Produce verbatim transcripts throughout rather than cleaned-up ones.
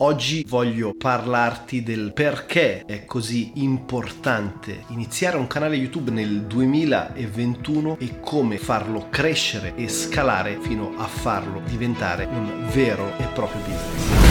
Oggi voglio parlarti del perché è così importante iniziare un canale YouTube nel duemilaventuno e come farlo crescere e scalare fino a farlo diventare un vero e proprio business.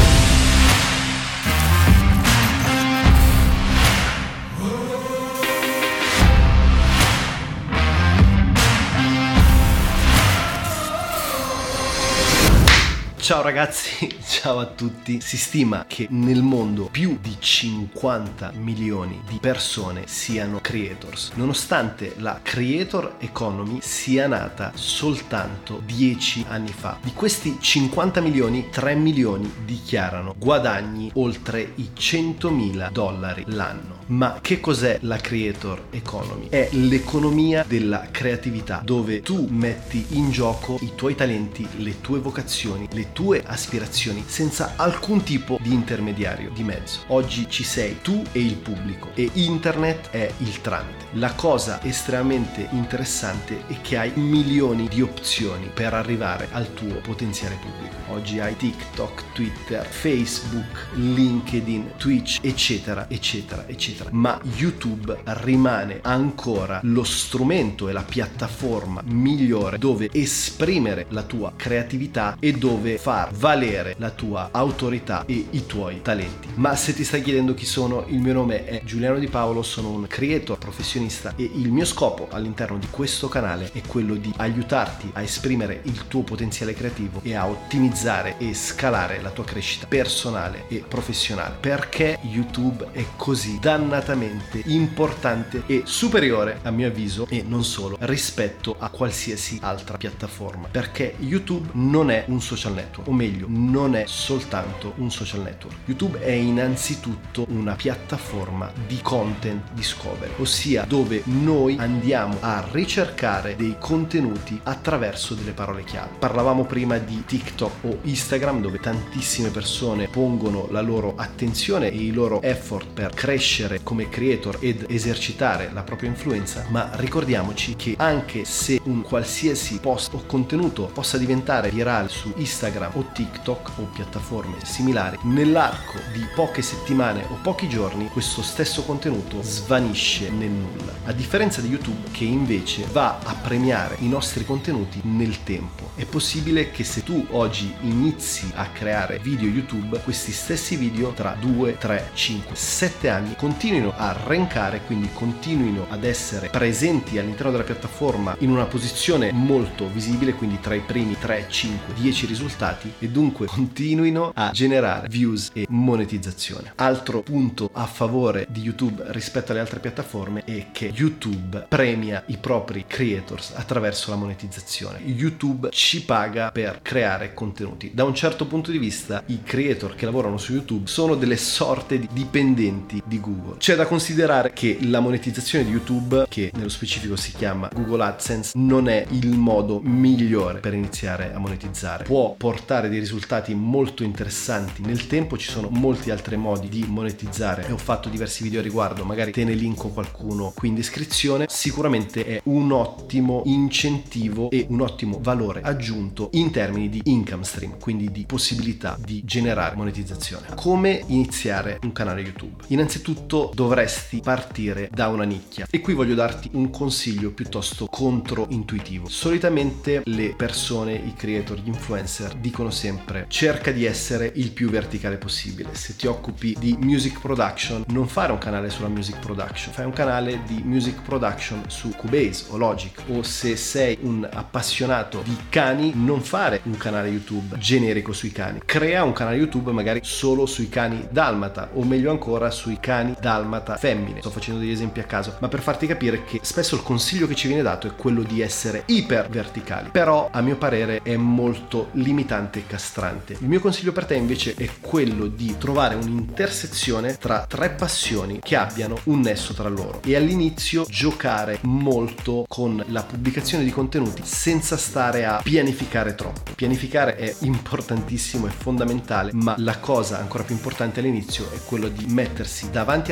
Ciao ragazzi, ciao a tutti. Si stima che nel mondo più di cinquanta milioni di persone siano creators, nonostante la creator economy sia nata soltanto dieci anni fa. Di questi cinquanta milioni, tre milioni dichiarano guadagni oltre i centomila dollari l'anno. Ma che cos'è la creator economy? È l'economia della creatività, dove tu metti in gioco i tuoi talenti, le tue vocazioni, le tue aspirazioni, senza alcun tipo di intermediario di mezzo. Oggi ci sei tu e il pubblico e internet è il tramite. La cosa estremamente interessante è che hai milioni di opzioni per arrivare al tuo potenziale pubblico. Oggi hai TikTok, Twitter, Facebook, LinkedIn, Twitch, eccetera, eccetera, eccetera. Ma YouTube rimane ancora lo strumento e la piattaforma migliore dove esprimere la tua creatività e dove far valere la tua autorità e i tuoi talenti. Ma se ti stai chiedendo chi sono, il mio nome è Giuliano Di Paolo, sono un creator professionista e il mio scopo all'interno di questo canale è quello di aiutarti a esprimere il tuo potenziale creativo e a ottimizzare e scalare la tua crescita personale e professionale. Perché YouTube è così dannatamente importante e superiore, a mio avviso, e non solo, rispetto a qualsiasi altra piattaforma? Perché YouTube non è un social network, o meglio, non è soltanto un social network. YouTube è innanzitutto una piattaforma di content discovery, ossia dove noi andiamo a ricercare dei contenuti attraverso delle parole chiave. Parlavamo prima di TikTok o Instagram, dove tantissime persone pongono la loro attenzione e i loro effort per crescere come creator ed esercitare la propria influenza, ma ricordiamoci che anche se un qualsiasi post o contenuto possa diventare virale su Instagram o TikTok o piattaforme similari, nell'arco di poche settimane o pochi giorni questo stesso contenuto svanisce nel nulla, a differenza di YouTube che invece va a premiare i nostri contenuti nel tempo. È possibile che se tu oggi inizi a creare video YouTube, questi stessi video tra due, tre, cinque, sette anni continuino a rankare, quindi continuino ad essere presenti all'interno della piattaforma in una posizione molto visibile, quindi tra i primi tre, cinque, dieci risultati, e dunque continuino a generare views e monetizzazione. Altro punto a favore di YouTube rispetto alle altre piattaforme è che YouTube premia i propri creators attraverso la monetizzazione. YouTube ci paga per creare contenuti. Da un certo punto di vista, i creator che lavorano su YouTube sono delle sorte di dipendenti di Google. C'è da considerare che la monetizzazione di YouTube, che nello specifico si chiama Google AdSense, non è il modo migliore per iniziare a monetizzare. Può portare dei risultati molto interessanti nel tempo, ci sono molti altri modi di monetizzare e ho fatto diversi video a riguardo, magari te ne linko qualcuno qui in descrizione. Sicuramente è un ottimo incentivo e un ottimo valore aggiunto in termini di income stream, quindi di possibilità di generare monetizzazione. Come iniziare un canale YouTube? Innanzitutto dovresti partire da una nicchia e qui voglio darti un consiglio piuttosto controintuitivo. Solitamente le persone, i creator, gli influencer dicono sempre: cerca di essere il più verticale possibile. Se ti occupi di music production, non fare un canale sulla music production, fai un canale di music production su Cubase o Logic. O se sei un appassionato di cani, non fare un canale YouTube generico sui cani, crea un canale YouTube magari solo sui cani dalmata, o meglio ancora sui cani dalmata femmine. Sto facendo degli esempi a caso, ma per farti capire che spesso il consiglio che ci viene dato è quello di essere iper verticali, però a mio parere è molto limitante e castrante. Il mio consiglio per te invece è quello di trovare un'intersezione tra tre passioni che abbiano un nesso tra loro e all'inizio giocare molto con la pubblicazione di contenuti senza stare a pianificare troppo. Pianificare è importantissimo, è fondamentale, ma la cosa ancora più importante all'inizio è quello di mettersi davanti alla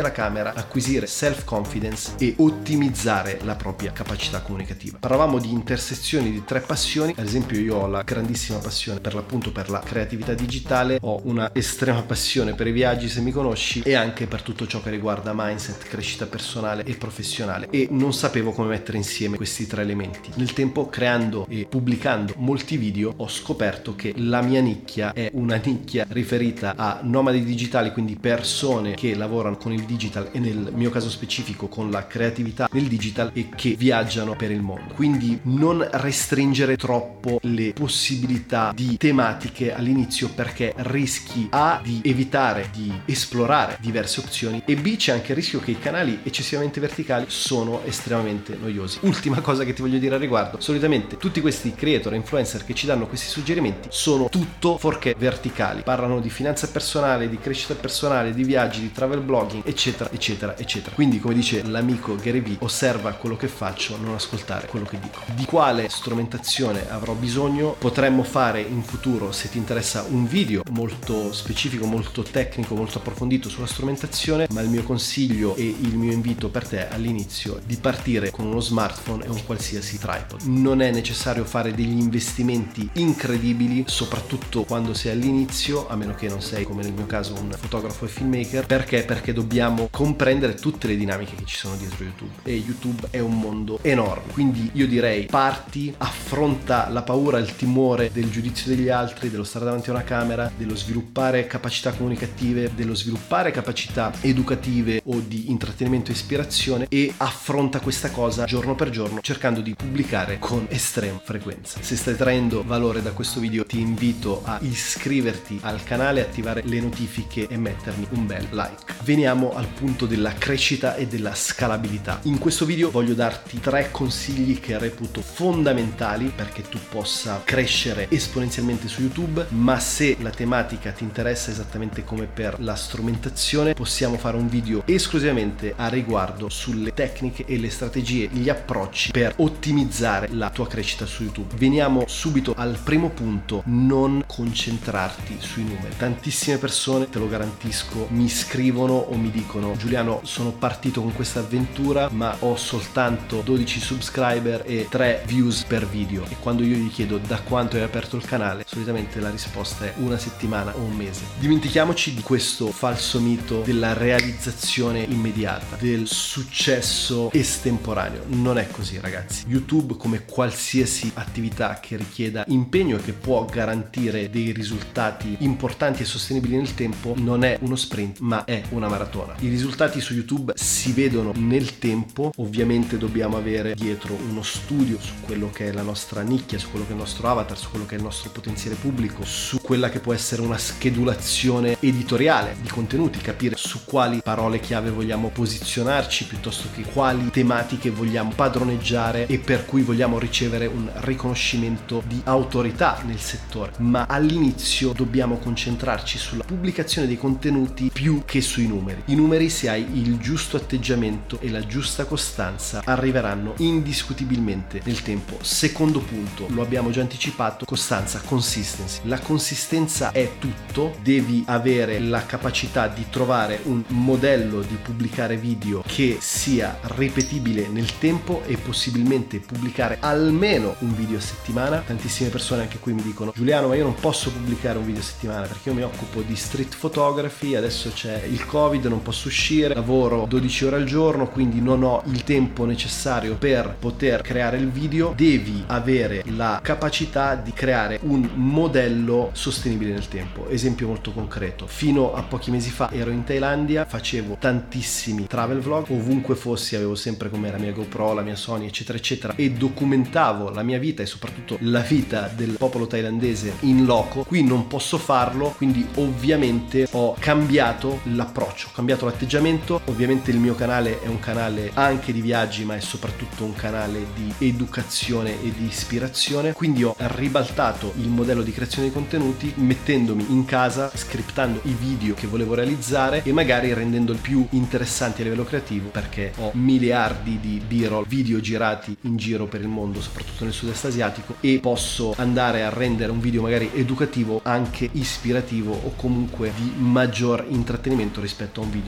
la camera, acquisire self confidence e ottimizzare la propria capacità comunicativa. Parlavamo di intersezioni di tre passioni. Ad esempio, io ho la grandissima passione per l'appunto per la creatività digitale, ho una estrema passione per i viaggi, se mi conosci, e anche per tutto ciò che riguarda mindset, crescita personale e professionale, e non sapevo come mettere insieme questi tre elementi. Nel tempo, creando e pubblicando molti video, ho scoperto che la mia nicchia è una nicchia riferita a nomadi digitali, quindi persone che lavorano con il digital e nel mio caso specifico con la creatività nel digital e che viaggiano per il mondo. Quindi non restringere troppo le possibilità di tematiche all'inizio, perché rischi A di evitare di esplorare diverse opzioni e B c'è anche il rischio che i canali eccessivamente verticali sono estremamente noiosi. Ultima cosa che ti voglio dire al riguardo: solitamente tutti questi creator e influencer che ci danno questi suggerimenti sono tutto fuorché verticali, parlano di finanza personale, di crescita personale, di viaggi, di travel blogging, eccetera eccetera eccetera. Quindi, come dice l'amico Gary Vee, osserva quello che faccio, non ascoltare quello che dico. Di quale strumentazione avrò bisogno? Potremmo fare in futuro, se ti interessa, un video molto specifico, molto tecnico, molto approfondito sulla strumentazione, ma il mio consiglio e il mio invito per te all'inizio è di partire con uno smartphone e un qualsiasi tripod. Non è necessario fare degli investimenti incredibili, soprattutto quando sei all'inizio, a meno che non sei, come nel mio caso, un fotografo e filmmaker. Perché? Perché dobbiamo comprendere tutte le dinamiche che ci sono dietro YouTube, e YouTube è un mondo enorme. Quindi io direi: parti, affronta la paura, il timore del giudizio degli altri, dello stare davanti a una camera, dello sviluppare capacità comunicative, dello sviluppare capacità educative o di intrattenimento e ispirazione, e affronta questa cosa giorno per giorno, cercando di pubblicare con estrema frequenza. Se stai traendo valore da questo video, ti invito a iscriverti al canale, attivare le notifiche e mettermi un bel like. Veniamo al punto della crescita e della scalabilità. In questo video voglio darti tre consigli che reputo fondamentali perché tu possa crescere esponenzialmente su YouTube, ma se la tematica ti interessa esattamente come per la strumentazione, possiamo fare un video esclusivamente a riguardo sulle tecniche e le strategie, gli approcci per ottimizzare la tua crescita su YouTube. Veniamo subito al primo punto: non concentrarti sui numeri. Tantissime persone, te lo garantisco, mi scrivono o mi dicono: Giuliano, sono partito con questa avventura ma ho soltanto dodici subscriber e tre views per video. E quando io gli chiedo da quanto hai aperto il canale, solitamente la risposta è una settimana o un mese. Dimentichiamoci di questo falso mito della realizzazione immediata, del successo estemporaneo. Non è così, ragazzi. YouTube, come qualsiasi attività che richieda impegno e che può garantire dei risultati importanti e sostenibili nel tempo, non è uno sprint ma è una maratona. I risultati su YouTube si vedono nel tempo. Ovviamente dobbiamo avere dietro uno studio su quello che è la nostra nicchia, su quello che è il nostro avatar, su quello che è il nostro potenziale pubblico, su quella che può essere una schedulazione editoriale di contenuti, capire su quali parole chiave vogliamo posizionarci, piuttosto che quali tematiche vogliamo padroneggiare e per cui vogliamo ricevere un riconoscimento di autorità nel settore. Ma all'inizio dobbiamo concentrarci sulla pubblicazione dei contenuti più che sui numeri. I numeri, se hai il giusto atteggiamento e la giusta costanza, arriveranno indiscutibilmente nel tempo. Secondo punto, lo abbiamo già anticipato: costanza, consistency. La consistenza è tutto. Devi avere la capacità di trovare un modello di pubblicare video che sia ripetibile nel tempo e possibilmente pubblicare almeno un video a settimana. Tantissime persone anche qui mi dicono: Giuliano, ma io non posso pubblicare un video a settimana perché io mi occupo di street photography, adesso c'è il Covid, non posso uscire, lavoro dodici ore al giorno, quindi non ho il tempo necessario per poter creare il video. Devi avere la capacità di creare un modello sostenibile nel tempo. Esempio molto concreto: fino a pochi mesi fa ero in Thailandia, facevo tantissimi travel vlog, ovunque fossi avevo sempre con me la mia GoPro, la mia Sony, eccetera eccetera, e documentavo la mia vita e soprattutto la vita del popolo thailandese in loco. Qui non posso farlo, quindi ovviamente ho cambiato l'approccio, ho cambiato l'atteggiamento. Ovviamente il mio canale è un canale anche di viaggi, ma è soprattutto un canale di educazione e di ispirazione, quindi ho ribaltato il modello di creazione di contenuti, mettendomi in casa, scriptando i video che volevo realizzare e magari rendendoli più interessanti a livello creativo, perché ho miliardi di b-roll, video girati in giro per il mondo, soprattutto nel sud-est asiatico, e posso andare a rendere un video magari educativo, anche ispirativo o comunque di maggior intrattenimento rispetto a un video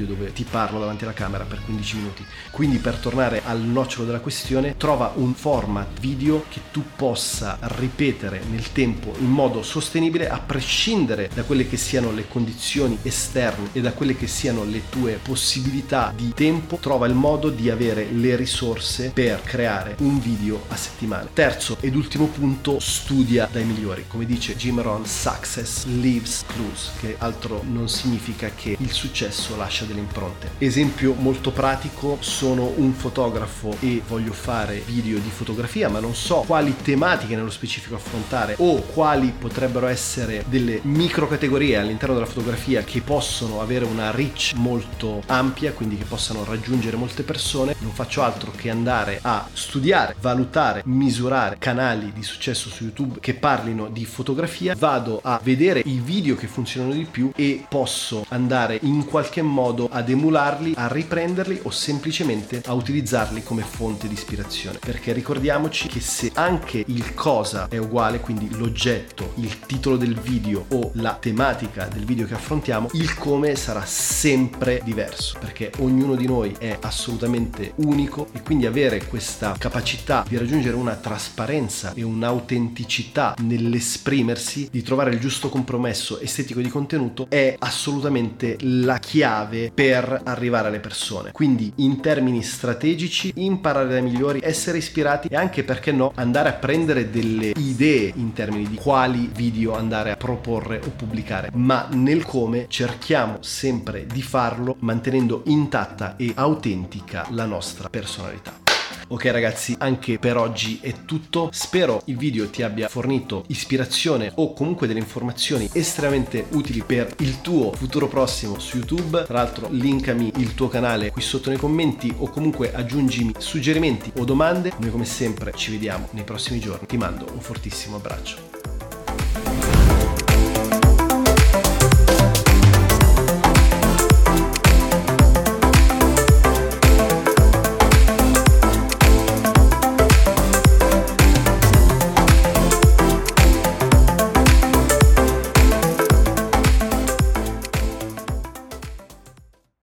video dove ti parlo davanti alla camera per quindici minuti. Quindi, per tornare al nocciolo della questione, trova un format video che tu possa ripetere nel tempo in modo sostenibile, a prescindere da quelle che siano le condizioni esterne e da quelle che siano le tue possibilità di tempo. Trova il modo di avere le risorse per creare un video a settimana. Terzo ed ultimo punto: studia dai migliori. Come dice Jim Rohn, success leaves clues, che altro non significa che il successo lascia delle impronte. Esempio molto pratico: sono un fotografo e voglio fare video di fotografia, ma non so quali tematiche nello specifico affrontare o quali potrebbero essere delle micro categorie all'interno della fotografia che possono avere una reach molto ampia, quindi che possano raggiungere molte persone. Non faccio altro che andare a studiare, valutare, misurare canali di successo su YouTube che parlino di fotografia, vado a vedere i video che funzionano di più e posso andare in qualche modo ad emularli, a riprenderli o semplicemente a utilizzarli come fonte di ispirazione. Perché ricordiamoci che se anche il cosa è uguale, quindi l'oggetto, il titolo del video o la tematica del video che affrontiamo, il come sarà sempre diverso, perché ognuno di noi è assolutamente unico, e quindi avere questa capacità di raggiungere una trasparenza e un'autenticità nell'esprimersi, di trovare il giusto compromesso estetico di contenuto, è assolutamente la chiave per arrivare alle persone. Quindi, in termini strategici, imparare dai migliori, essere ispirati e anche, perché no, andare a prendere delle idee in termini di quali video andare a proporre o pubblicare, ma nel come cerchiamo sempre di farlo mantenendo intatta e autentica la nostra personalità. Ok ragazzi, anche per oggi è tutto. Spero il video ti abbia fornito ispirazione o comunque delle informazioni estremamente utili per il tuo futuro prossimo su YouTube. Tra l'altro, linkami il tuo canale qui sotto nei commenti o comunque aggiungimi suggerimenti o domande. Noi come sempre ci vediamo nei prossimi giorni. Ti mando un fortissimo abbraccio.